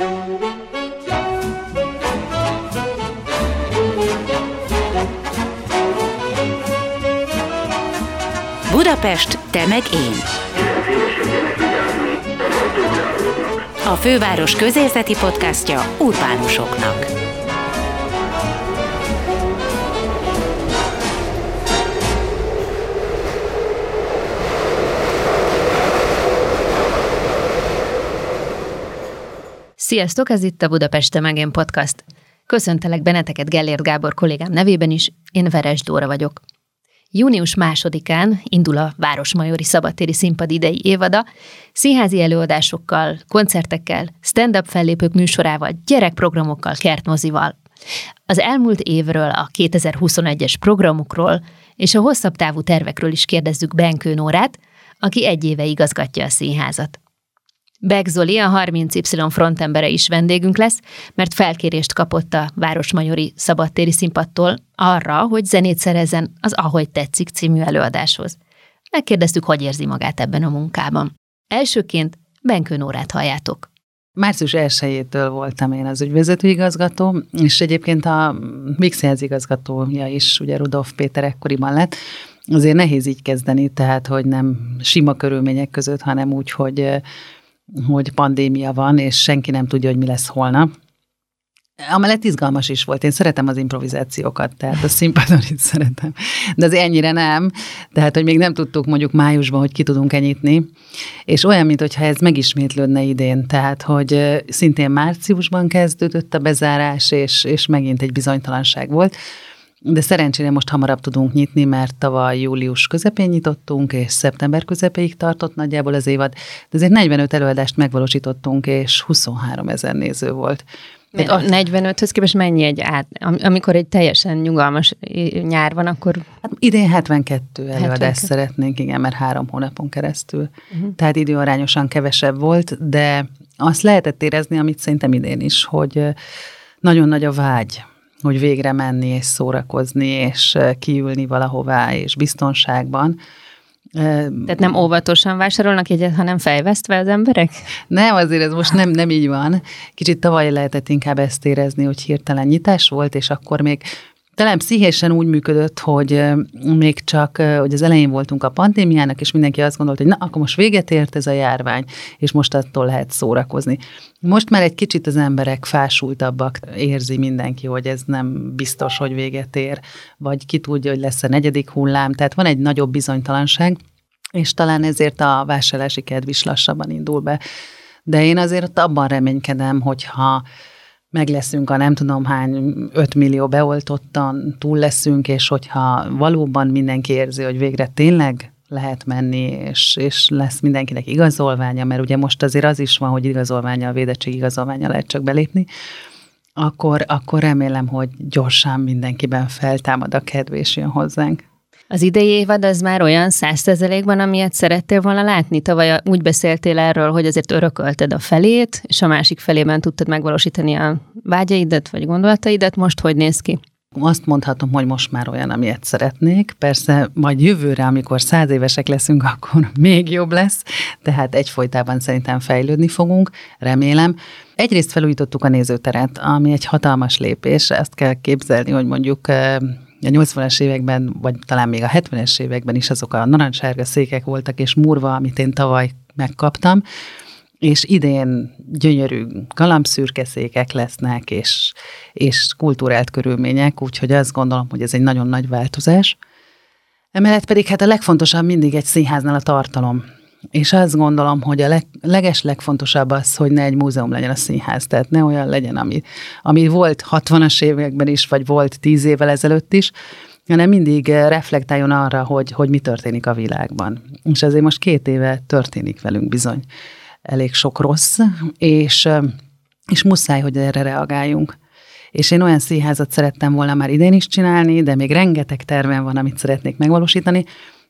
Budapest, te meg én. A főváros közérzeti podcastja urbánusoknak. Sziasztok, ez itt a Budapest, te meg én podcast. Köszöntelek benneteket Gellért Gábor kollégám nevében is, én Veres Dóra vagyok. Június 2-án indul a Városmajori Szabadtéri Színpad idei évada, színházi előadásokkal, koncertekkel, stand-up fellépők műsorával, gyerekprogramokkal, kertmozival. Az elmúlt évről, a 2021-es programokról és a hosszabb távú tervekről is kérdezzük Benkő Nórát, aki 1 éve igazgatja a színházat. Beck Zoli, a 30Y frontembere is vendégünk lesz, mert felkérést kapott a Városmajori Szabadtéri Színpadtól arra, hogy zenét szerezzen az Ahogy tetszik című előadáshoz. Megkérdeztük, hogy érzi magát ebben a munkában. Elsőként Benkő Nórát halljátok. Március 1-től voltam én az ügyvezetőigazgató, és egyébként a Mixjegyz igazgatója is, ugye Rudolf Péter ekkoriban lett. Azért nehéz így kezdeni, tehát hogy nem sima körülmények között, hanem úgy, hogy pandémia van, és senki nem tudja, hogy mi lesz holnap. Amellett izgalmas is volt. Én szeretem az improvizációkat, tehát a színpadon itt szeretem. De azért ennyire nem. Tehát, hogy még nem tudtuk mondjuk májusban, hogy ki tudunk nyitni. És olyan, mintha ez megismétlődne idén. Tehát, hogy szintén márciusban kezdődött a bezárás, és megint egy bizonytalanság volt. De szerencsére most hamarabb tudunk nyitni, mert tavaly július közepén nyitottunk, és szeptember közepéig tartott nagyjából az évad. De azért 45 előadást megvalósítottunk, és 23 000 néző volt. 45-höz képest mennyi amikor egy teljesen nyugalmas nyár van, akkor... Hát idén 72 előadást szeretnénk, igen, mert 3 hónapon keresztül. Tehát időarányosan kevesebb volt, de azt lehetett érezni, amit szerintem idén is, hogy nagyon nagy a vágy, hogy végre menni és szórakozni, és kiülni valahová, és biztonságban. Tehát nem óvatosan vásárolnak egyet, hanem fejvesztve az emberek? Nem, azért ez most nem így van. Kicsit tavaly lehetett inkább ezt érezni, hogy hirtelen nyitás volt, és akkor még talán pszichésen úgy működött, hogy még csak, hogy az elején voltunk a pandémiának, és mindenki azt gondolt, hogy na, akkor most véget ért ez a járvány, és most attól lehet szórakozni. Most már egy kicsit az emberek fásultabbak, érzi mindenki, hogy ez nem biztos, hogy véget ér, vagy ki tudja, hogy lesz a 4. hullám, tehát van egy nagyobb bizonytalanság, és talán ezért a vásárlási kedv is lassabban indul be. De én azért abban reménykedem, hogyha meg leszünk a nem tudom hány 5 millió beoltottan, túl leszünk, és hogyha valóban mindenki érzi, hogy végre tényleg lehet menni, és lesz mindenkinek igazolványa, mert ugye most azért az is van, hogy igazolványa, a védettség igazolványa lehet csak belépni, akkor remélem, hogy gyorsan mindenkiben feltámad a kedv, és jön hozzánk. Az idei évad az már olyan 100%-ban, amilyet szerettél volna látni? Tavaly úgy beszéltél erről, hogy azért örökölted a felét, és a másik felében tudtad megvalósítani a vágyaidat, vagy gondolataidat. Most hogy néz ki? Azt mondhatom, hogy most már olyan, amilyet szeretnék. Persze majd jövőre, amikor 100 évesek leszünk, akkor még jobb lesz. Tehát egyfolytában szerintem fejlődni fogunk, remélem. Egyrészt felújítottuk a nézőteret, ami egy hatalmas lépés. Ezt kell képzelni, hogy mondjuk a 80-as években, vagy talán még a 70-es években is azok a narancssárga székek voltak, és murva, amit én tavaly megkaptam, és idén gyönyörű galambszürke székek lesznek, és kultúrált körülmények, úgyhogy azt gondolom, hogy ez egy nagyon nagy változás. Emellett pedig hát a legfontosabb mindig egy színháznál a tartalom. És azt gondolom, hogy a legfontosabb az, hogy ne egy múzeum legyen a színház, tehát ne olyan legyen, ami volt 60-as években is, vagy volt 10 évvel ezelőtt is, hanem mindig reflektáljon arra, hogy mi történik a világban. És azért most 2 éve történik velünk bizony elég sok rossz, és muszáj, hogy erre reagáljunk. És én olyan színházat szerettem volna már idén is csinálni, de még rengeteg tervem van, amit szeretnék megvalósítani,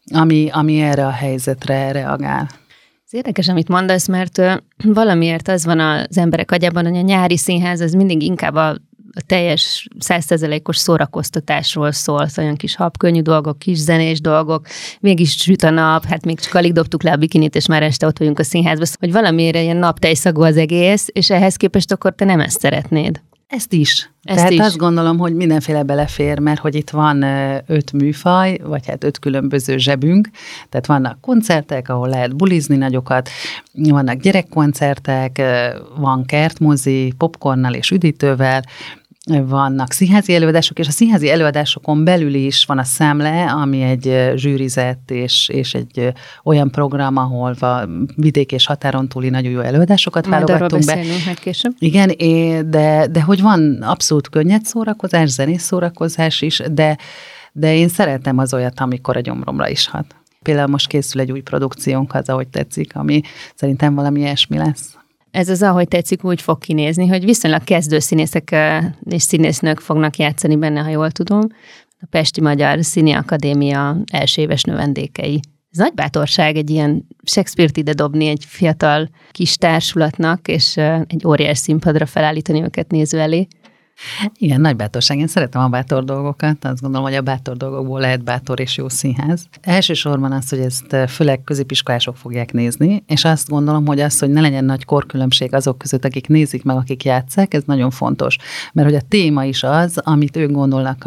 ami erre a helyzetre reagál. Ez érdekes, amit mondasz, mert valamiért az van az emberek agyában, hogy a nyári színház az mindig inkább a a teljes 100%-os szórakoztatásról szól, olyan kis habkönnyű dolgok, kis zenés dolgok, mégis süt a nap, hát még csak alig dobtuk le a bikinit, és már este ott vagyunk a színházban, hogy valamire ilyen naptejszagú az egész, és ehhez képest akkor te nem ezt szeretnéd. Ezt is. Tehát azt gondolom, hogy mindenféle belefér, mert hogy itt van 5 műfaj, vagy hát 5 különböző zsebünk, tehát vannak koncertek, ahol lehet bulizni nagyokat, vannak gyerekkoncertek, van kertmozi, popcornnal és üdítővel, vannak színházi előadások, és a színházi előadásokon belül is van a Szemle, ami egy zsűrizett és egy olyan program, ahol vidék és határon túli nagyon jó előadásokat válogattunk be. Majd később. Igen, de hogy van abszolút könnyed szórakozás, zenés szórakozás is, de én szeretem az olyat, amikor a gyomromra is hat. Például most készül egy új produkciónk, az ahogy tetszik, ami szerintem valami ilyesmi lesz. Ez az, ahogy tetszik, úgy fog kinézni, hogy viszonylag kezdő színészek és színésznők fognak játszani benne, ha jól tudom. A Pesti Magyar Színi Akadémia első éves növendékei. Ez nagy bátorság egy ilyen Shakespeare-t ide dobni egy fiatal kis társulatnak, és egy óriás színpadra felállítani őket néző elé. Igen, nagy bátorság. Én szeretem a bátor dolgokat. Azt gondolom, hogy a bátor dolgokból lehet bátor és jó színház. Elsősorban az, hogy ezt főleg középiskolások fogják nézni, és azt gondolom, hogy az, hogy ne legyen nagy korkülönbség azok között, akik nézik meg, akik játsszák, ez nagyon fontos. Mert hogy a téma is az, amit ők gondolnak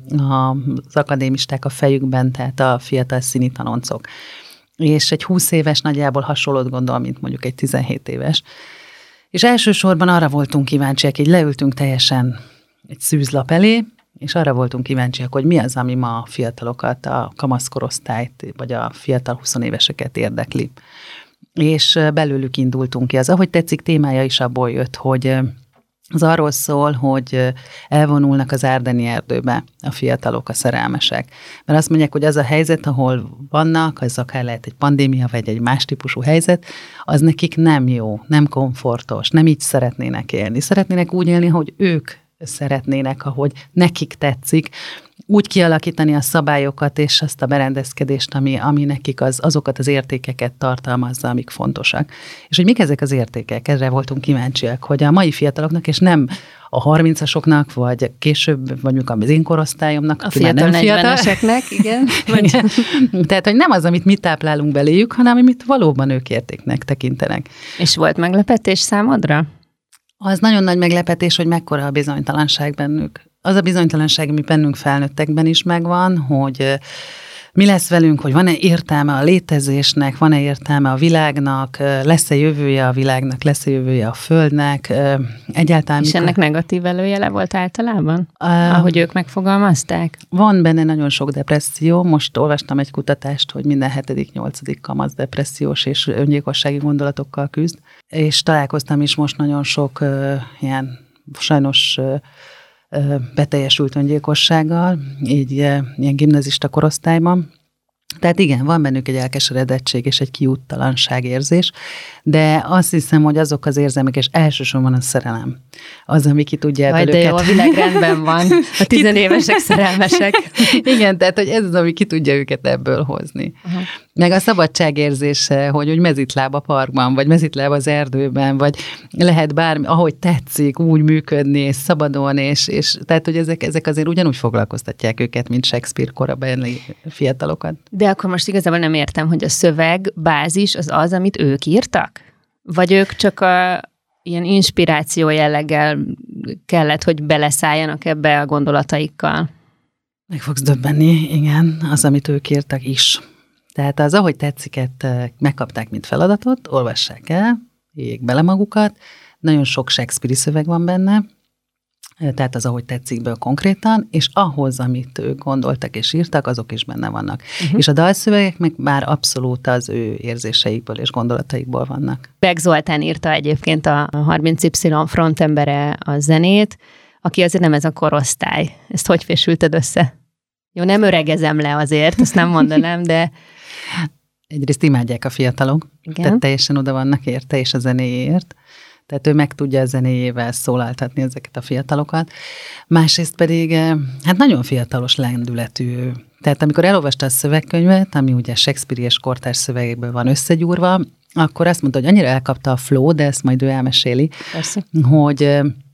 az akadémisták a fejükben, tehát a fiatal színi tanoncok. És egy 20 éves nagyjából hasonlót gondol, mint mondjuk egy 17 éves. És elsősorban arra voltunk kíváncsiak, így leültünk teljesen egy szűzlap elé, és arra voltunk kíváncsiak, hogy mi az, ami ma a fiatalokat, a kamaszkorosztályt, vagy a fiatal 20 éveseket érdekli. És belőlük indultunk ki. Az ahogy tetszik témája is abból jött, hogy az arról szól, hogy elvonulnak az Árdeni erdőbe a fiatalok, a szerelmesek. Mert azt mondják, hogy az a helyzet, ahol vannak, az akár lehet egy pandémia, vagy egy más típusú helyzet, az nekik nem jó, nem komfortos, nem így szeretnének élni. Szeretnének úgy élni, hogy ők szeretnének, ahogy nekik tetszik, úgy kialakítani a szabályokat és azt a berendezkedést, ami nekik azokat az értékeket tartalmazza, amik fontosak. És hogy mik ezek az értékek? Erre voltunk kíváncsiak, hogy a mai fiataloknak, és nem a 30-asoknak, vagy később, vagy mondjuk az én korosztályomnak, a fiatal 40-eseknek, igen. Igen. Tehát, hogy nem az, amit mi táplálunk beléjük, hanem amit valóban ők értéknek tekintenek. És volt meglepetés számodra? Az nagyon nagy meglepetés, hogy mekkora a bizonytalanság bennük. Az a bizonytalanság, ami bennünk felnőttekben is megvan, hogy mi lesz velünk, hogy van-e értelme a létezésnek, van-e értelme a világnak, lesz-e jövője a világnak, lesz-e jövője a Földnek. Egyáltalán. És ennek negatív előjele volt általában, ahogy ők megfogalmazták? Van benne nagyon sok depresszió. Most olvastam egy kutatást, hogy minden 7.-8. kamasz depressziós és öngyilkossági gondolatokkal küzd. És találkoztam is most nagyon sok ilyen sajnos beteljesült öngyilkossággal, így ilyen gimnazista korosztályban. Tehát igen, van bennük egy elkeseredettség és egy kiúttalanság érzés, de azt hiszem, hogy azok az érzelmek, és elsősorban a szerelem, az, ami ki tudja ebből őket. De jó, a világ rendben van, a 10 évesek szerelmesek. Igen, tehát hogy ez az, ami ki tudja őket ebből hozni. Aha. Meg a szabadságérzése, hogy mezitláb a parkban, vagy mezitláb az erdőben, vagy lehet bármi, ahogy tetszik, úgy működni, és szabadon, és tehát, hogy ezek azért ugyanúgy foglalkoztatják őket, mint Shakespeare korabeli fiatalokat. De akkor most igazából nem értem, hogy a szöveg bázis az, amit ők írtak? Vagy ők csak ilyen inspiráció jelleggel kellett, hogy beleszálljanak ebbe a gondolataikkal? Meg fogsz döbbenni, igen, az, amit ők írtak is. Tehát az, ahogy tetsziket megkapták, mint feladatot, olvassák el, írják bele magukat, nagyon sok Shakespeare-i szöveg van benne, tehát az, ahogy tetszikből konkrétan, és ahhoz, amit ők gondoltak és írtak, azok is benne vannak. Uh-huh. És a dalszövegek meg már abszolút az ő érzéseikből és gondolataikból vannak. Beck Zoltán írta egyébként a 30Y frontembere a zenét, aki azért nem ez a korosztály. Ezt hogy fésülted össze? Jó, nem öregezem le azért, azt nem mondanám, de... Egyrészt imádják a fiatalok, igen. Tehát teljesen oda vannak érte, és a zenéért. Tehát ő meg tudja a zenéjével szólaltatni ezeket a fiatalokat. Másrészt pedig, hát nagyon fiatalos lendületű. Tehát amikor elolvasta a szövegkönyvet, ami ugye Shakespeare és kortárs szövegekből van összegyúrva, akkor azt mondta, hogy annyira elkapta a flow, de ezt majd ő elmeséli, persze, hogy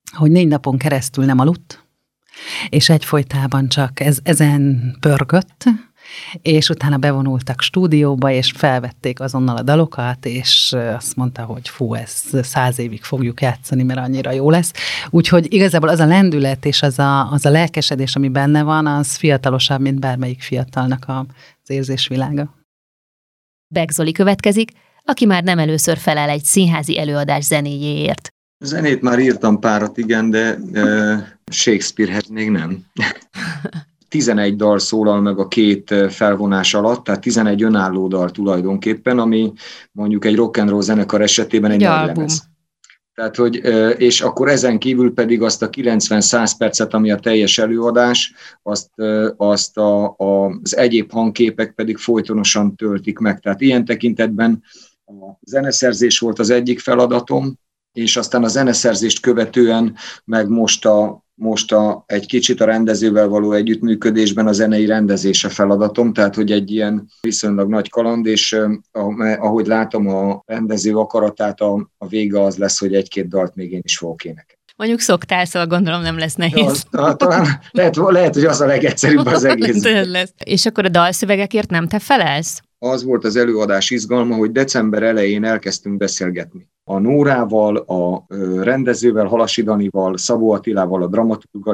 hogy 4 napon keresztül nem aludt, és egyfolytában csak ezen pörgött, és utána bevonultak stúdióba, és felvették azonnal a dalokat, és azt mondta, hogy fú, ezt 100 évig fogjuk játszani, mert annyira jó lesz. Úgyhogy igazából az a lendület és az a lelkesedés, ami benne van, az fiatalosabb, mint bármelyik fiatalnak az érzésvilága. Beck Zoli következik, aki már nem először felel egy színházi előadás zenéjéért. Zenét már írtam párat, igen, de Shakespearehez még nem. 11 dal szólal meg a 2 felvonás alatt, tehát 11 önálló dal tulajdonképpen, ami mondjuk egy rock and roll zenekar esetében egy nagy lemez. Tehát, hogy, és akkor ezen kívül pedig azt a 90-100 percet, ami a teljes előadás, azt az egyéb hangképek pedig folytonosan töltik meg. Tehát ilyen tekintetben a zeneszerzés volt az egyik feladatom, és aztán a zeneszerzést követően meg most egy kicsit a rendezővel való együttműködésben a zenei rendezése feladatom, tehát hogy egy ilyen viszonylag nagy kaland, és ahogy látom a rendező akaratát, a vége az lesz, hogy 1-2 dalt még én is fogok énekelni. Mondjuk szoktál, szóval gondolom nem lesz nehéz. Talán lehet, hogy az a legegyszerűbb az egész. Lesz. És akkor a dalszövegekért nem te felelsz? Az volt az előadás izgalma, hogy december elején elkezdtünk beszélgetni. A Nórával, a rendezővel, Halasi Danival, Szabó Attilával, a dramaturggal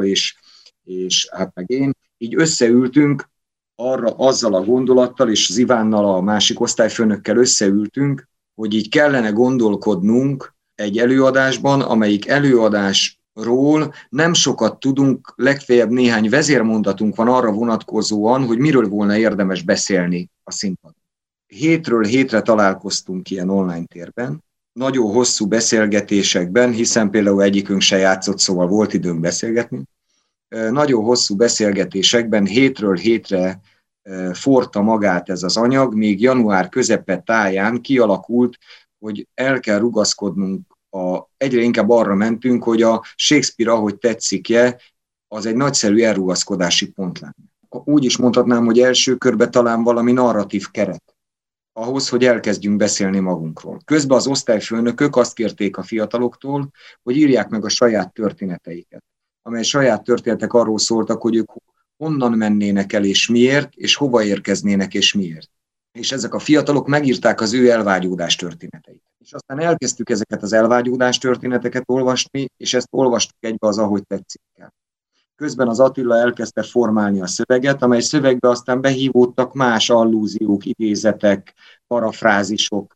és hát meg én. Így összeültünk azzal a gondolattal, és az Ivánnal, a másik osztályfőnökkel összeültünk, hogy így kellene gondolkodnunk egy előadásban, amelyik előadásról nem sokat tudunk, legfeljebb néhány vezérmondatunk van arra vonatkozóan, hogy miről volna érdemes beszélni a színpadon. Hétről hétre találkoztunk ilyen online térben, nagyon hosszú beszélgetésekben, hiszen például egyikünk se játszott, szóval volt időnk beszélgetni. Nagyon hosszú beszélgetésekben hétről hétre forta magát ez az anyag, míg január közepe táján kialakult, hogy el kell rugaszkodnunk, egyre inkább arra mentünk, hogy a Shakespeare, ahogy tetszik-e, az egy nagyszerű elrugaszkodási pont lenne. Úgy is mondhatnám, hogy első körben talán valami narratív keret ahhoz, hogy elkezdjünk beszélni magunkról. Közben az osztályfőnökök azt kérték a fiataloktól, hogy írják meg a saját történeteiket, amely saját történetek arról szóltak, hogy ők honnan mennének el és miért, és hova érkeznének és miért. És ezek a fiatalok megírták az ő elvágyódás történeteit. És aztán elkezdtük ezeket az elvágyódás történeteket olvasni, és ezt olvastuk egybe az ahogy tetszik el. Közben az Attila elkezdte formálni a szöveget, amely szövegbe aztán behívódtak más allúziók, idézetek, parafrázisok,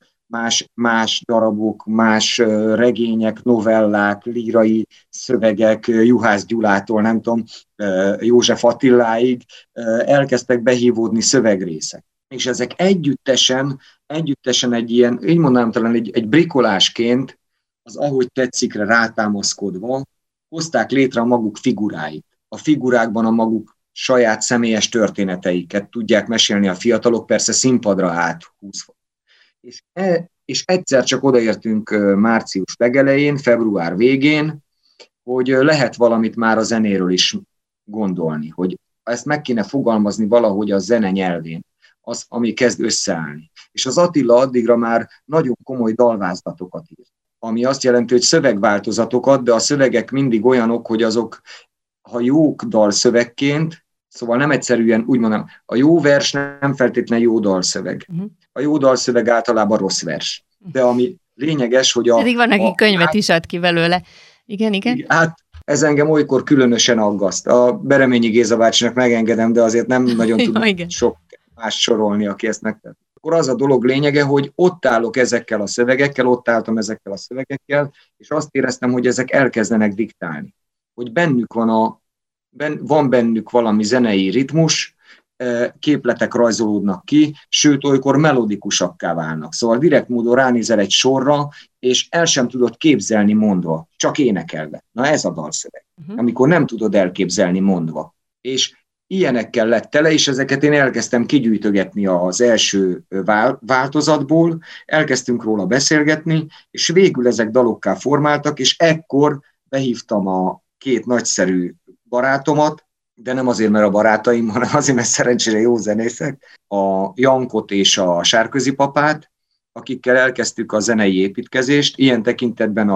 más darabok, más regények, novellák, lírai szövegek, Juhász Gyulától, nem tudom, József Attiláig elkezdtek behívódni szövegrészek. És ezek együttesen egy ilyen, így mondanám talán egy brikolásként, az ahogy tetszikre rátámaszkodva, hozták létre a maguk figuráit. A figurákban a maguk saját személyes történeteiket tudják mesélni a fiatalok, persze színpadra áthúzva. És egyszer csak odaértünk március legelején, február végén, hogy lehet valamit már a zenéről is gondolni, hogy ezt meg kéne fogalmazni valahogy a zene nyelvén, az, ami kezd összeállni. És az Attila addigra már nagyon komoly dalvázlatokat írt, ami azt jelenti, hogy szövegváltozatokat, de a szövegek mindig olyanok, hogy azok, ha jók dalszövegként, szóval nem egyszerűen, úgy mondom, a jó vers nem feltétlenül jó dalszöveg. A jó dalszöveg általában rossz vers. De ami lényeges, hogy Eddig van, aki könyvet is ad ki belőle. Igen. Hát ez engem olykor különösen aggaszt. A Bereményi Géza bácsinak megengedem, de azért nem nagyon tudom sok más sorolni, aki ezt megtett. Akkor az a dolog lényege, hogy ott állok ezekkel a szövegekkel, ott álltam ezekkel a szövegekkel, és azt éreztem, hogy ezek elkezdenek diktálni. Hogy van bennük valami zenei ritmus, képletek rajzolódnak ki, sőt, olykor melodikusakká válnak. Szóval direkt módon ránézel egy sorra, és el sem tudod képzelni mondva, csak énekelve. Na ez a dalszöveg, amikor nem tudod elképzelni mondva. És ilyenekkel lett tele, és ezeket én elkezdtem kigyűjtögetni az első változatból, elkezdtünk róla beszélgetni, és végül ezek dalokká formáltak, és ekkor behívtam a 2 nagyszerű barátomat, de nem azért, mert a barátaim, hanem azért, mert szerencsére jó zenészek, a Jankot és a Sárközi papát, akikkel elkezdtük a zenei építkezést. Ilyen tekintetben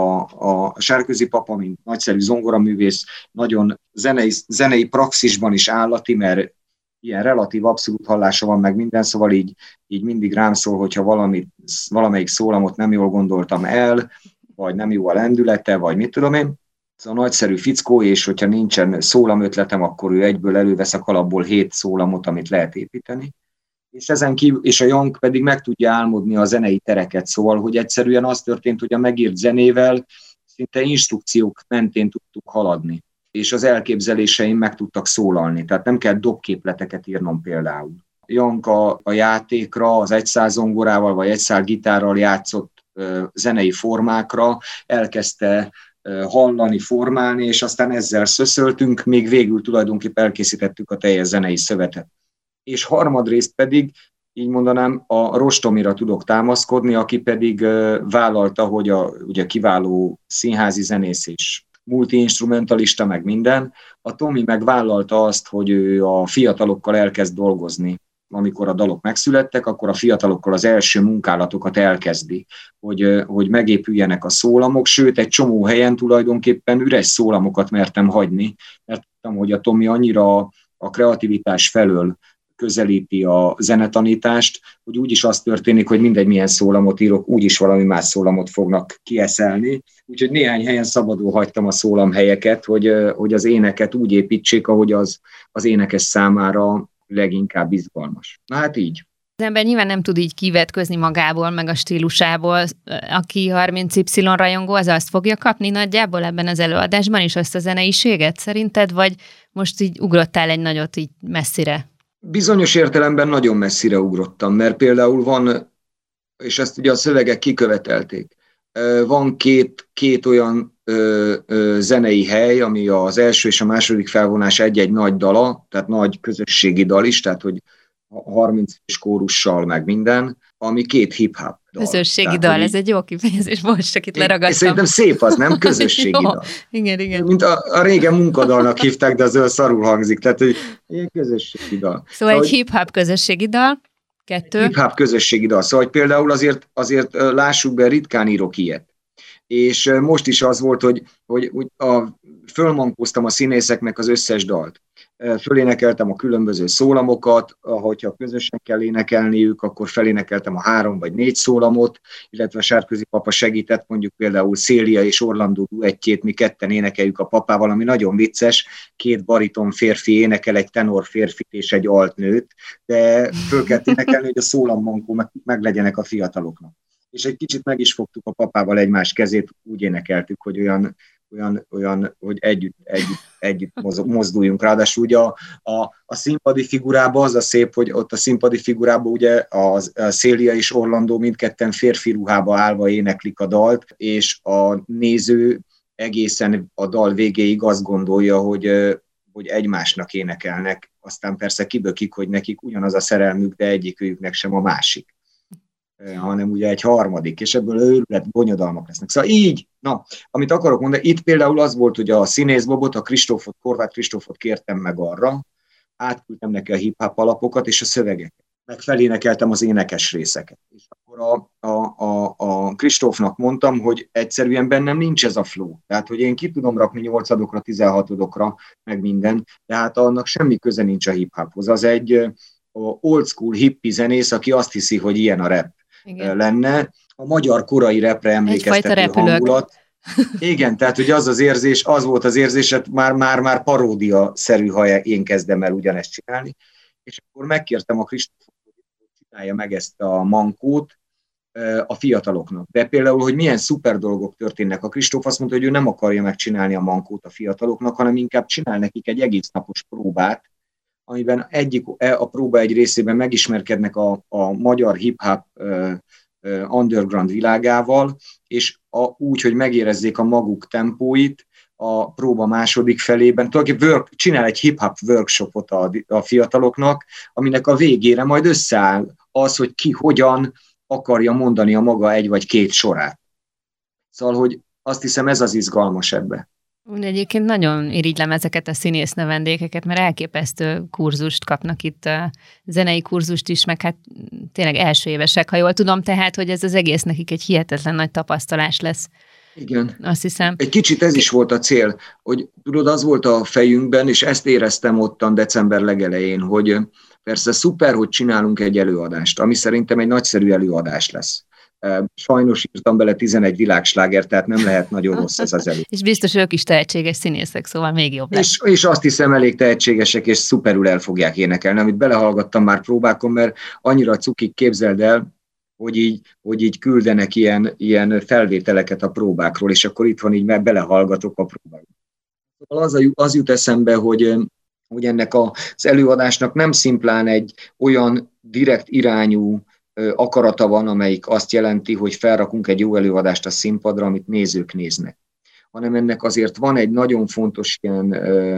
a Sárközi papa, mint nagyszerű zongoraművész, nagyon zenei praxisban is állati, mert ilyen relatív abszolút hallása van meg minden, szóval így mindig rám szól, hogyha valamelyik szólamot nem jól gondoltam el, vagy nem jó a lendülete, vagy mit tudom én. Ez a nagyszerű fickó, és hogyha nincsen szólamötletem, akkor ő egyből elővesz a kalapból 7 szólamot, amit lehet építeni. És ezen kívül, és a Young pedig meg tudja álmodni a zenei tereket, szóval, hogy egyszerűen az történt, hogy a megírt zenével szinte instrukciók mentén tudtuk haladni, és az elképzeléseim meg tudtak szólalni, tehát nem kell dobképleteket írnom például. Young a játékra, az egyszál zongorával vagy egyszál gitárral játszott zenei formákra elkezdte hallani, formálni, és aztán ezzel szöszöltünk, még végül tulajdonképpen elkészítettük a teljes zenei szövetet. És harmadrészt pedig, így mondanám, a Rostomira tudok támaszkodni, aki pedig vállalta, hogy ugye kiváló színházi zenész és multi-instrumentalista, meg minden. A Tomi meg vállalta azt, hogy ő a fiatalokkal elkezd dolgozni. Amikor a dalok megszülettek, akkor a fiatalokkal az első munkálatokat elkezdi, hogy megépüljenek a szólamok, sőt, egy csomó helyen tulajdonképpen üres szólamokat mertem hagyni, mert tudtam, hogy a Tomi annyira a kreativitás felől közelíti a zenetanítást, hogy úgyis az történik, hogy mindegy milyen szólamot írok, úgyis valami más szólamot fognak kieszelni. Úgyhogy néhány helyen szabadul hagytam a szólamhelyeket, hogy az éneket úgy építsék, ahogy az énekes számára leginkább izgalmas. Na hát így. Az ember nyilván nem tud így kivetközni magából, meg a stílusából. Aki 30Y rajongó, az azt fogja kapni nagyjából ebben az előadásban is, azt a zeneiséget szerinted, vagy most így ugrottál egy nagyot így messzire? Bizonyos értelemben nagyon messzire ugrottam, mert például van, és ezt ugye a szövegek kikövetelték, van két olyan zenei hely, ami az első és a második felvonás egy-egy nagy dala, tehát nagy közösségi dal is, tehát hogy 30 és kórussal meg minden, ami 2 hip-hop dal. Közösségi dal, ez egy jó kifejezés, most csak itt leragadtam. Szerintem szép az, nem? Közösségi dal. Igen. Mint a régen munkadalnak hívták, de az olyan szarul hangzik, tehát hogy ilyen közösségi dal. Szóval egy hip-hop közösségi dal, 2. Hip-hop közösségi dal, szóval például azért lássuk be, ritkán írok ilyet. És most is az volt, hogy fölmankóztam a színészeknek az összes dalt. Fölénekeltem a különböző szólamokat, hogyha közösen kell énekelniük, akkor felénekeltem a 3 vagy 4 szólamot, illetve a Sárközi papa segített, mondjuk például Célia és Orlandó duettjét, mi ketten énekeljük a papával, ami nagyon vicces, 2 bariton férfi énekel egy tenor férfit és egy alt nőt, de föl kell énekelni, hogy a szólammankó meg legyenek a fiataloknak. És egy kicsit meg is fogtuk a papával egymás kezét, úgy énekeltük, hogy olyan, hogy együtt mozduljunk. Ráadásul ugye a színpadi figurában az a szép, hogy ott a színpadi figurában ugye a Célia és Orlandó mindketten férfi ruhába állva éneklik a dalt, és a néző egészen a dal végéig azt gondolja, hogy egymásnak énekelnek, aztán persze kibökik, hogy nekik ugyanaz a szerelmük, de egyikőjüknek sem a másik, hanem ugye egy harmadik, és ebből őrület, bonyodalmak lesznek. Szóval így, amit akarok mondani, itt például az volt, hogy a színészbobot, Horváth Kristófot kértem meg arra, átküldtem neki a hip-hop alapokat és a szövegeket, meg felénekeltem az énekes részeket. És akkor a Kristófnak mondtam, hogy egyszerűen bennem nincs ez a flow. Tehát, hogy én ki tudom rakni 8-adokra, 16-odokra, meg minden, de hát annak semmi köze nincs a hip-hophoz. Az egy old school hippi zenész, aki azt hiszi, hogy ilyen a rap. Igen. Lenne. A magyar korai rapre emlékeztető hangulat. Igen, tehát hogy az volt az érzés, hogy már paródia-szerű, ha én kezdem el ugyanezt csinálni. És akkor megkértem a Kristófot, hogy csinálja meg ezt a mankót a fiataloknak. De például, hogy milyen szuper dolgok történnek. A Kristóf azt mondta, hogy ő nem akarja megcsinálni a mankót a fiataloknak, hanem inkább csinál nekik egy egész napos próbát, amiben a próba egy részében megismerkednek a magyar hip-hop underground világával, és úgy, hogy megérezzék a maguk tempóit, a próba második felében. Tulajdonképpen csinál egy hip-hop workshopot a fiataloknak, aminek a végére majd összeáll az, hogy ki hogyan akarja mondani a maga 1 vagy 2 sorát. Szóval, hogy azt hiszem, ez az izgalmas ebbe. Egyébként nagyon irigylem ezeket a színész növendékeket, mert elképesztő kurzust kapnak itt, zenei kurzust is, meg hát tényleg első évesek, ha jól tudom, tehát, hogy ez az egész nekik egy hihetetlen nagy tapasztalás lesz. Igen. Azt hiszem. Egy kicsit ez is volt a cél, hogy tudod, az volt a fejünkben, és ezt éreztem ottan december legelején, hogy persze szuper, hogy csinálunk egy előadást, ami szerintem egy nagyszerű előadás lesz. Sajnos írtam bele 11 világslágert, tehát nem lehet nagyon rossz ez az előadás. És biztos ők is tehetséges színészek, szóval még jobb lesz. És azt hiszem, elég tehetségesek, és szuperül el fogják énekelni, amit belehallgattam már próbákon, mert annyira cukik, képzeld el, hogy így küldenek ilyen felvételeket a próbákról, és akkor itt van így, mert belehallgatok a próbákba. Az jut eszembe, hogy ennek az előadásnak nem szimplán egy olyan direkt irányú akarata van, amelyik azt jelenti, hogy felrakunk egy jó előadást a színpadra, amit nézők néznek, hanem ennek azért van egy nagyon fontos ilyen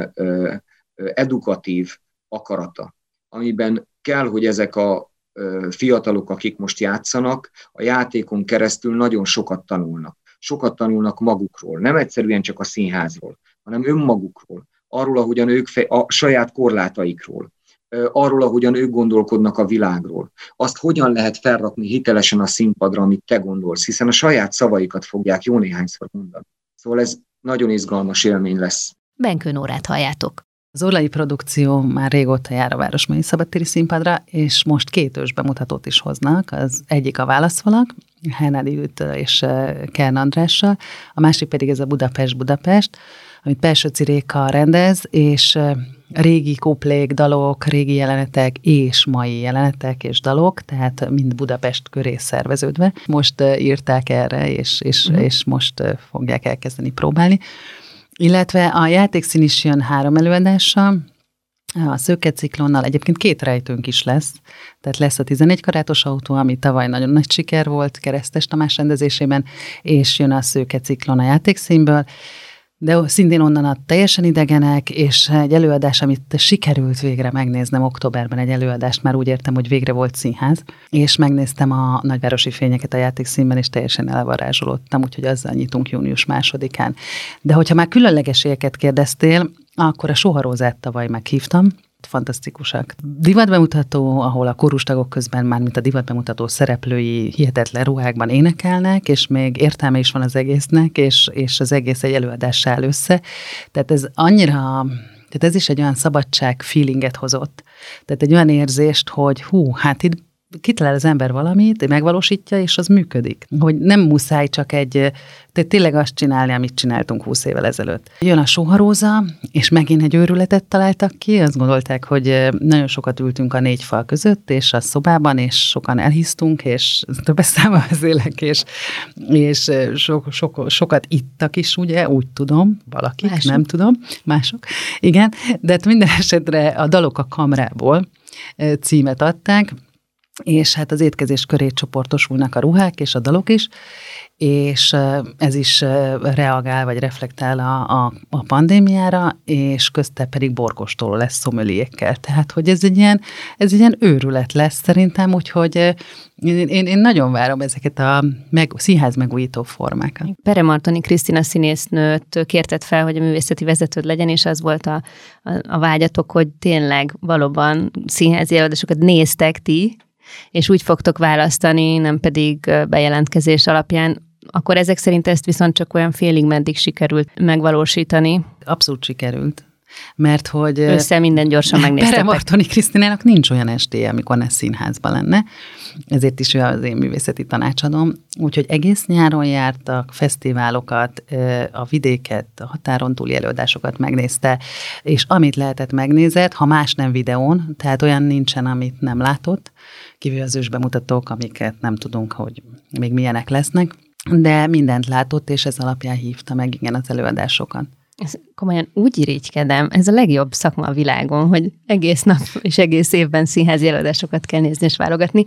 edukatív akarata, amiben kell, hogy ezek a fiatalok, akik most játszanak, a játékon keresztül nagyon sokat tanulnak. Sokat tanulnak magukról, nem egyszerűen csak a színházról, hanem önmagukról, arról, ahogyan ők a saját korlátaikról, arról, ahogyan ők gondolkodnak a világról. Azt hogyan lehet felrakni hitelesen a színpadra, amit te gondolsz, hiszen a saját szavaikat fogják jó néhányszor mondani. Szóval ez nagyon izgalmas élmény lesz. Benkő Nórát halljátok. Az Orlai produkció már régóta jár a Városmai Szabadtéri Színpadra, és most 2 ősbemutatót is hoznak. Az egyik a Válaszfalak, Hennádi Ült és Kern Andrással, a másik pedig ez a Budapest, amit Pelsőci Réka rendez, és régi kuplék, dalok, régi jelenetek és mai jelenetek és dalok, tehát mind Budapest köré szerveződve. Most írták erre, és most fogják elkezdeni próbálni. Illetve a játékszín is jön 3 előadással, a Szőke Ciklonnal, egyébként 2 rejtőnk is lesz, tehát lesz a 11 karátos autó, ami tavaly nagyon nagy siker volt Keresztes Tamás rendezésében, és jön a Szőke Ciklon a játékszínből, de szintén onnan a Teljesen idegenek, és egy előadás, amit sikerült végre megnéznem októberben, egy előadást, már úgy értem, hogy végre volt színház, és megnéztem a Nagyvárosi Fényeket a játékszínben, és teljesen elvarázsolódtam, úgyhogy azzal nyitunk június 2-án. De hogyha már különlegeségeket kérdeztél, akkor a Soharózát tavaly meghívtam, fantasztikusak. Divatbemutató, ahol a kórustagok közben már, mint a divatbemutató szereplői hihetetlen ruhákban énekelnek, és még értelme is van az egésznek, és az egész egy előadással áll össze. Tehát ez annyira, tehát ez is egy olyan szabadság feelinget hozott. Tehát egy olyan érzést, hogy hát itt kitalál az ember valamit, megvalósítja, és az működik. Hogy nem muszáj csak tehát tényleg azt csinálni, amit csináltunk 20 évvel ezelőtt. Jön a Soharóza, és megint egy őrületet találtak ki, azt gondolták, hogy nagyon sokat ültünk a 4 fal között, és a szobában, és sokan elhisztunk, és többes számmal beszélek, és sokat ittak is, ugye, úgy tudom, valakik, mások. Nem tudom, mások. Igen, de hát minden esetre a Dalok a kamrából címet adták, és hát az étkezés köré csoportosulnak a ruhák és a dalok is, és ez is reagál, vagy reflektál a pandémiára, és közte pedig borkostoló lesz szomeliékkel. Tehát, hogy ez egy ilyen őrület lesz szerintem, úgyhogy én nagyon várom ezeket a színház megújító formákat. Pere Martoni Krisztina színésznőt kérted fel, hogy a művészeti vezetőd legyen, és az volt a vágyatok, hogy tényleg valóban színházi előadásokat néztek ti, és úgy fogtok választani, nem pedig bejelentkezés alapján, akkor ezek szerint ezt viszont csak olyan félig meddig sikerült megvalósítani. Abszolút sikerült. Mert hogy össze minden gyorsan megnéztetek. Pere Martoni Krisztinának nincs olyan estéje, amikor ne színházban lenne, ezért is ő az én művészeti tanácsadóm. Úgyhogy egész nyáron jártak, fesztiválokat, a vidéket, a határon túli előadásokat megnézte, és amit lehetett megnézett, ha más nem videón, tehát olyan nincsen, amit nem látott, kívül az ősbemutatók, amiket nem tudunk, hogy még milyenek lesznek, de mindent látott, és ez alapján hívta meg igen az előadásokat. Ezt komolyan úgy irigykedem, ez a legjobb szakma a világon, hogy egész nap és egész évben színházi előadásokat kell nézni és válogatni.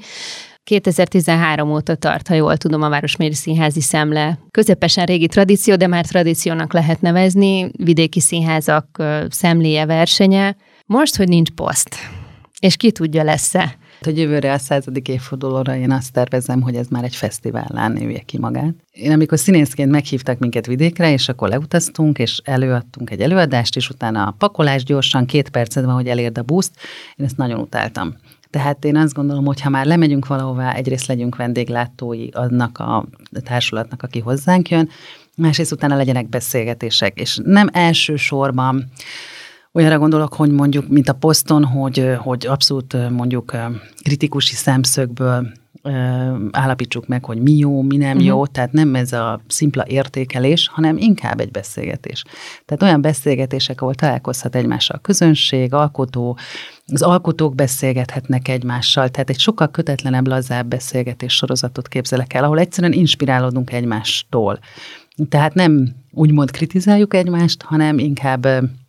2013 óta tart, ha jól tudom, a Városmai Színházi Szemle. Közepesen régi tradíció, de már tradíciónak lehet nevezni, vidéki színházak szemléje versenye. Most, hogy nincs poszt, és ki tudja lesz-e, Hogy jövőre a 100. évfordulóra én azt tervezem, hogy ez már egy fesztivállán nője ki magát. Én amikor színészként meghívtak minket vidékre, és akkor leutaztunk, és előadtunk egy előadást, és utána a pakolás gyorsan 2 percet van, hogy elérd a buszt. Én ezt nagyon utáltam. Tehát én azt gondolom, hogy ha már lemegyünk valahová, egyrészt legyünk vendéglátói annak a társulatnak, aki hozzánk jön, másrészt utána legyenek beszélgetések, és nem elsősorban olyanra gondolok, hogy mondjuk, mint a poszton, hogy abszolút mondjuk kritikusi szemszögből állapítsuk meg, hogy mi jó, mi nem jó, tehát nem ez a szimpla értékelés, hanem inkább egy beszélgetés. Tehát olyan beszélgetések, ahol találkozhat egymással a közönség, alkotó, az alkotók beszélgethetnek egymással, tehát egy sokkal kötetlenebb, lazább beszélgetés sorozatot képzelek el, ahol egyszerűen inspirálódunk egymástól. Tehát nem úgymond kritizáljuk egymást, hanem inkább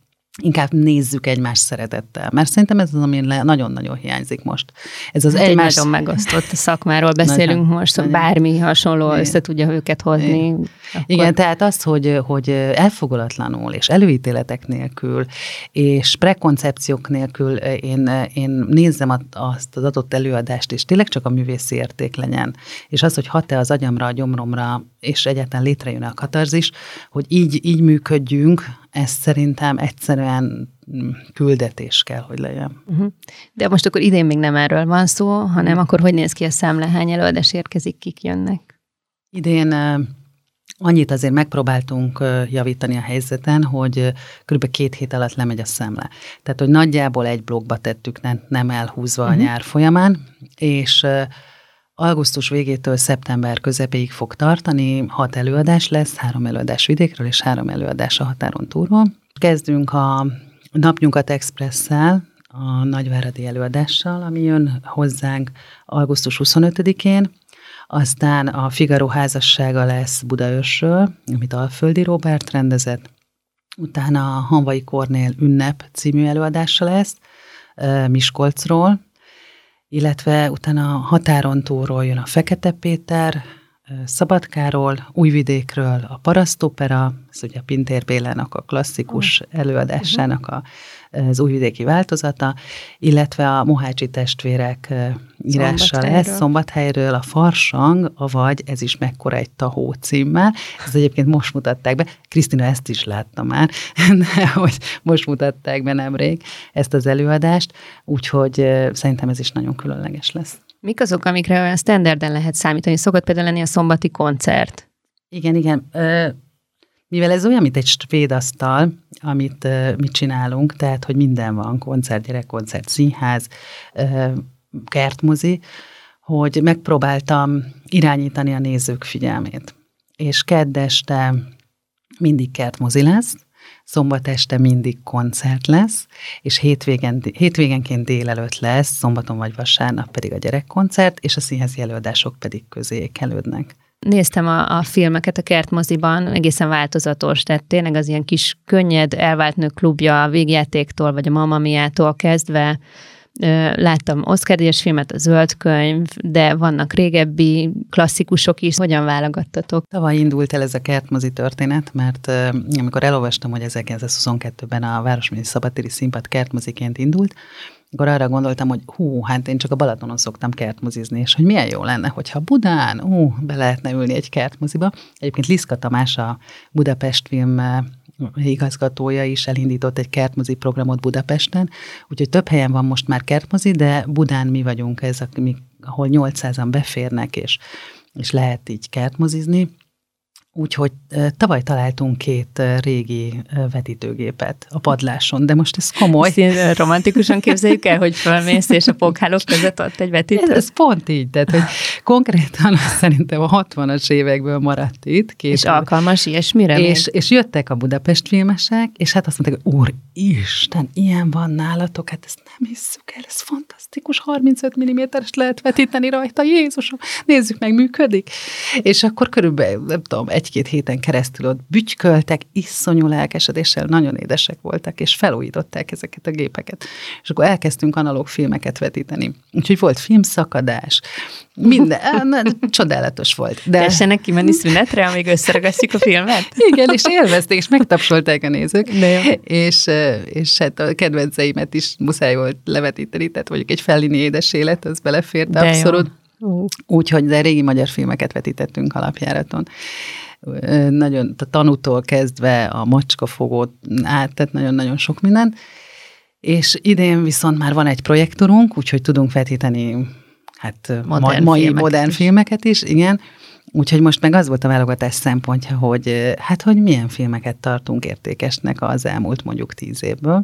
nézzük egymást szeretettel. Mert szerintem ez az, ami nagyon-nagyon hiányzik most. Ez az egy nagyon megosztott szakmáról beszélünk most, hogy bármi hasonló össze tudja őket hozni. Igen, tehát az, hogy elfogulatlanul és előítéletek nélkül és prekoncepciók nélkül én nézzem azt az adott előadást, és tényleg csak a művészi érték legyen. És az, hogy hat-e az agyamra, a gyomromra, és egyáltalán létrejön a katarzis, hogy így működjünk, ez szerintem egyszerűen küldetés kell, hogy legyen. De most akkor idén még nem erről van szó, hanem akkor hogy néz ki a számla, hány előadás érkezik, kik jönnek? Idén annyit azért megpróbáltunk javítani a helyzeten, hogy kb. 2 hét alatt lemegy a számla. Tehát, hogy nagyjából egy blokkba tettük, nem elhúzva a nyár folyamán, és augusztus végétől szeptember közepéig fog tartani, 6 előadás lesz, 3 előadás vidékről és 3 előadás a határon túlról. Kezdünk a Napnyugat Expresszel, a nagyváradi előadással, ami jön hozzánk augusztus 25-én, aztán a Figaro házassága lesz Budaörsről, amit Alföldi Róbert rendezett, utána a Hanvai Kornél ünnep című előadása lesz Miskolcról, illetve utána a határon túlról jön a Fekete Péter, Szabadkáról, Újvidékről a Parasztopera, ez ugye a Pintér Bélának a klasszikus előadásának az újvidéki változata, illetve a Mohácsi testvérek írása lesz Szombathelyről, a Farsang, avagy Ez is mekkora egy tahó címmel. Ez egyébként most mutatták be. Krisztina ezt is látta már, de hogy most mutatták be nemrég ezt az előadást, úgyhogy szerintem ez is nagyon különleges lesz. Mik azok, amikre olyan standarden lehet számítani? Szokott például lenni a szombati koncert. Igen. Mivel ez olyan, mint egy svéd asztal, amit mi csinálunk, tehát, hogy minden van, koncert, gyerekkoncert, színház, kertmozi, hogy megpróbáltam irányítani a nézők figyelmét. És kedd este mindig kertmozi lesz, szombat este mindig koncert lesz, és hétvégenként délelőtt lesz, szombaton vagy vasárnap pedig a gyerekkoncert, és a színházi előadások pedig közé ékelődnek. Néztem a filmeket a kertmoziban, egészen változatos, tehát tényleg az ilyen kis könnyed elvált nők klubja a Végjátéktól, vagy a Mamma Miától kezdve. Láttam Oscar-díjas filmet, a Zöld könyv, de vannak régebbi klasszikusok is. Hogyan válogattatok? Tavaly indult el ez a kertmozi történet, mert amikor elolvastam, hogy 1922-ben a Városmegye Szabadtéri Színpad kertmoziként indult, akkor arra gondoltam, hogy hát én csak a Balatonon szoktam kertmozizni, és hogy milyen jó lenne, hogyha Budán, be lehetne ülni egy kertmoziba. Egyébként Liszka Tamás, a Budapest Film igazgatója is elindított egy kertmozi programot Budapesten, úgyhogy több helyen van most már kertmozi, de Budán mi vagyunk ez, ahol 800-an beférnek, és lehet így kertmozizni. Úgyhogy tavaly találtunk 2 régi vetítőgépet a padláson, de most ez komoly. Ezt romantikusan képzeljük el, hogy felmész, és a pókhálók között ott egy vetítő? Ez pont így, tehát hogy konkrétan szerintem a 60-as évekből maradt itt. És alkalmas ilyesmire? És jöttek a Budapest filmesek, és hát azt mondták, hogy Úristen, ilyen van nálatok, hát ezt nem hisszük el, ez fantasztikus, 35 mm-es lehet vetíteni rajta, Jézusom, nézzük meg, működik. És akkor körülbelül, nem tudom, 1-2 héten keresztül ott bütyköltek, iszonyú lelkesedéssel, nagyon édesek voltak, és felújították ezeket a gépeket. És akkor elkezdtünk analóg filmeket vetíteni. Úgyhogy volt filmszakadás, Csodálatos volt. Tessenek kimenni szünetre, amíg összeragasztjuk a filmet? Igen, és élvezték, és megtapsolták a nézők. És hát a kedvenceimet is muszáj volt levetíteni, tehát mondjuk egy Fellini édes élet, az belefért abszolút. Úgyhogy de régi magyar filmeket vetítettünk alapjáraton. Nagyon a Tanútól kezdve a Macskafogót át, tehát nagyon-nagyon sok minden. És idén viszont már van egy projektorunk, úgyhogy tudunk vetíteni modern filmeket is, igen. Úgyhogy most meg az volt a válogatás szempontja, hogy milyen filmeket tartunk értékesnek az elmúlt mondjuk 10 évből.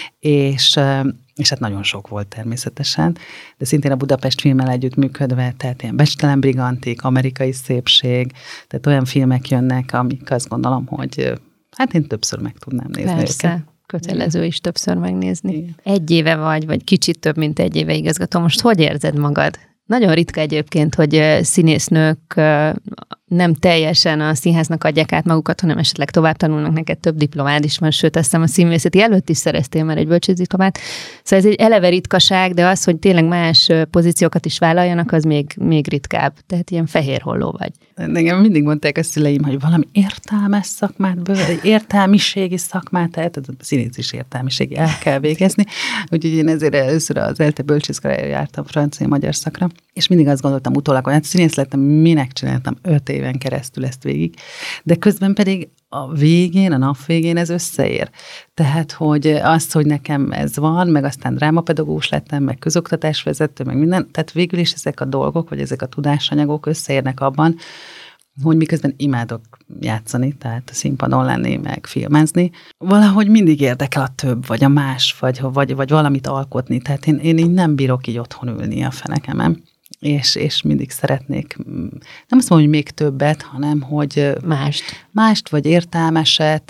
És hát nagyon sok volt természetesen, de szintén a Budapest Filmmel együtt működve, tehát ilyen Becstelen Brigantik, Amerikai szépség, tehát olyan filmek jönnek, amik azt gondolom, hogy én többször meg tudnám nézni őket. Kötelező is többször megnézni. Igen. 1 éve vagy kicsit több, mint 1 éve igazgató. Most hogy érzed magad? Nagyon ritka egyébként, hogy színésznők nem teljesen a színháznak adják át magukat, hanem esetleg tovább tanulnak, neked több diplomád is van, sőt, azt hiszem a színvészeti előtt is szereztél már egy bölcsészdiplomát. Szóval ez egy eleve ritkaság, de az, hogy tényleg más pozíciókat is vállaljanak, az még ritkább. Tehát ilyen fehér holló vagy. Nekem mindig mondták a szüleim, hogy valami értelmes szakmát, értelmiségi szakmát, tehát a színész is értelmiségi el kell végezni. Úgyhogy én ezért először az ELTE bölcsészkarára jártam francia-magyar szakra, és mindig azt gondoltam utólag, hogy színész lettem, minek csináltam 5 éven keresztül ezt végig, de közben pedig a végén, a nap végén ez összeér. Tehát, hogy az, hogy nekem ez van, meg aztán drámapedagógus lettem, meg közoktatásvezető, meg minden, tehát végül is ezek a dolgok, vagy ezek a tudásanyagok összeérnek abban, hogy miközben imádok játszani, tehát a színpadon lenni, meg filmezni, valahogy mindig érdekel a több, vagy a más, vagy valamit alkotni. Tehát én így nem bírok így otthon ülni a fenekemen. És mindig szeretnék, nem azt mondom, hogy még többet, hanem hogy mást vagy értelmeset,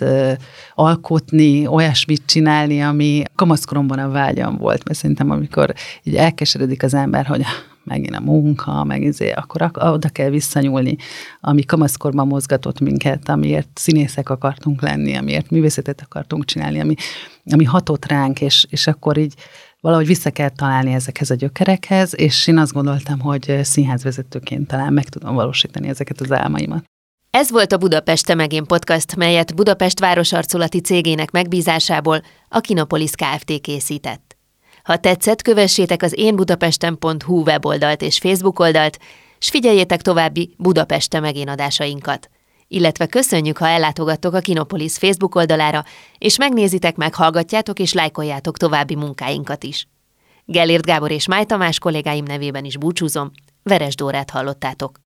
alkotni, olyasmit csinálni, ami kamaszkoromban a vágyam volt, mert szerintem amikor így elkeseredik az ember, hogy megint a munka, akkor oda kell visszanyúlni, ami kamaszkorban mozgatott minket, amiért színészek akartunk lenni, amiért művészetet akartunk csinálni, ami hatott ránk, és akkor így valahogy vissza kell találni ezekhez a gyökerekhez, és én azt gondoltam, hogy színházvezetőként talán meg tudom valósítani ezeket az álmaimat. Ez volt a Budapest Te meg én podcast, melyet Budapest városarculati cégének megbízásából a Kinopolis Kft. Készített. Ha tetszett, kövessétek az énbudapesten.hu weboldalt és Facebook oldalt, s figyeljétek további Budapest Te meg én adásainkat. Illetve köszönjük, ha ellátogattok a Kinopolis Facebook oldalára, és megnézitek, meghallgatjátok és lájkoljátok további munkáinkat is. Gellért Gábor és Máj Tamás kollégáim nevében is búcsúzom, Veres Dórát hallottátok.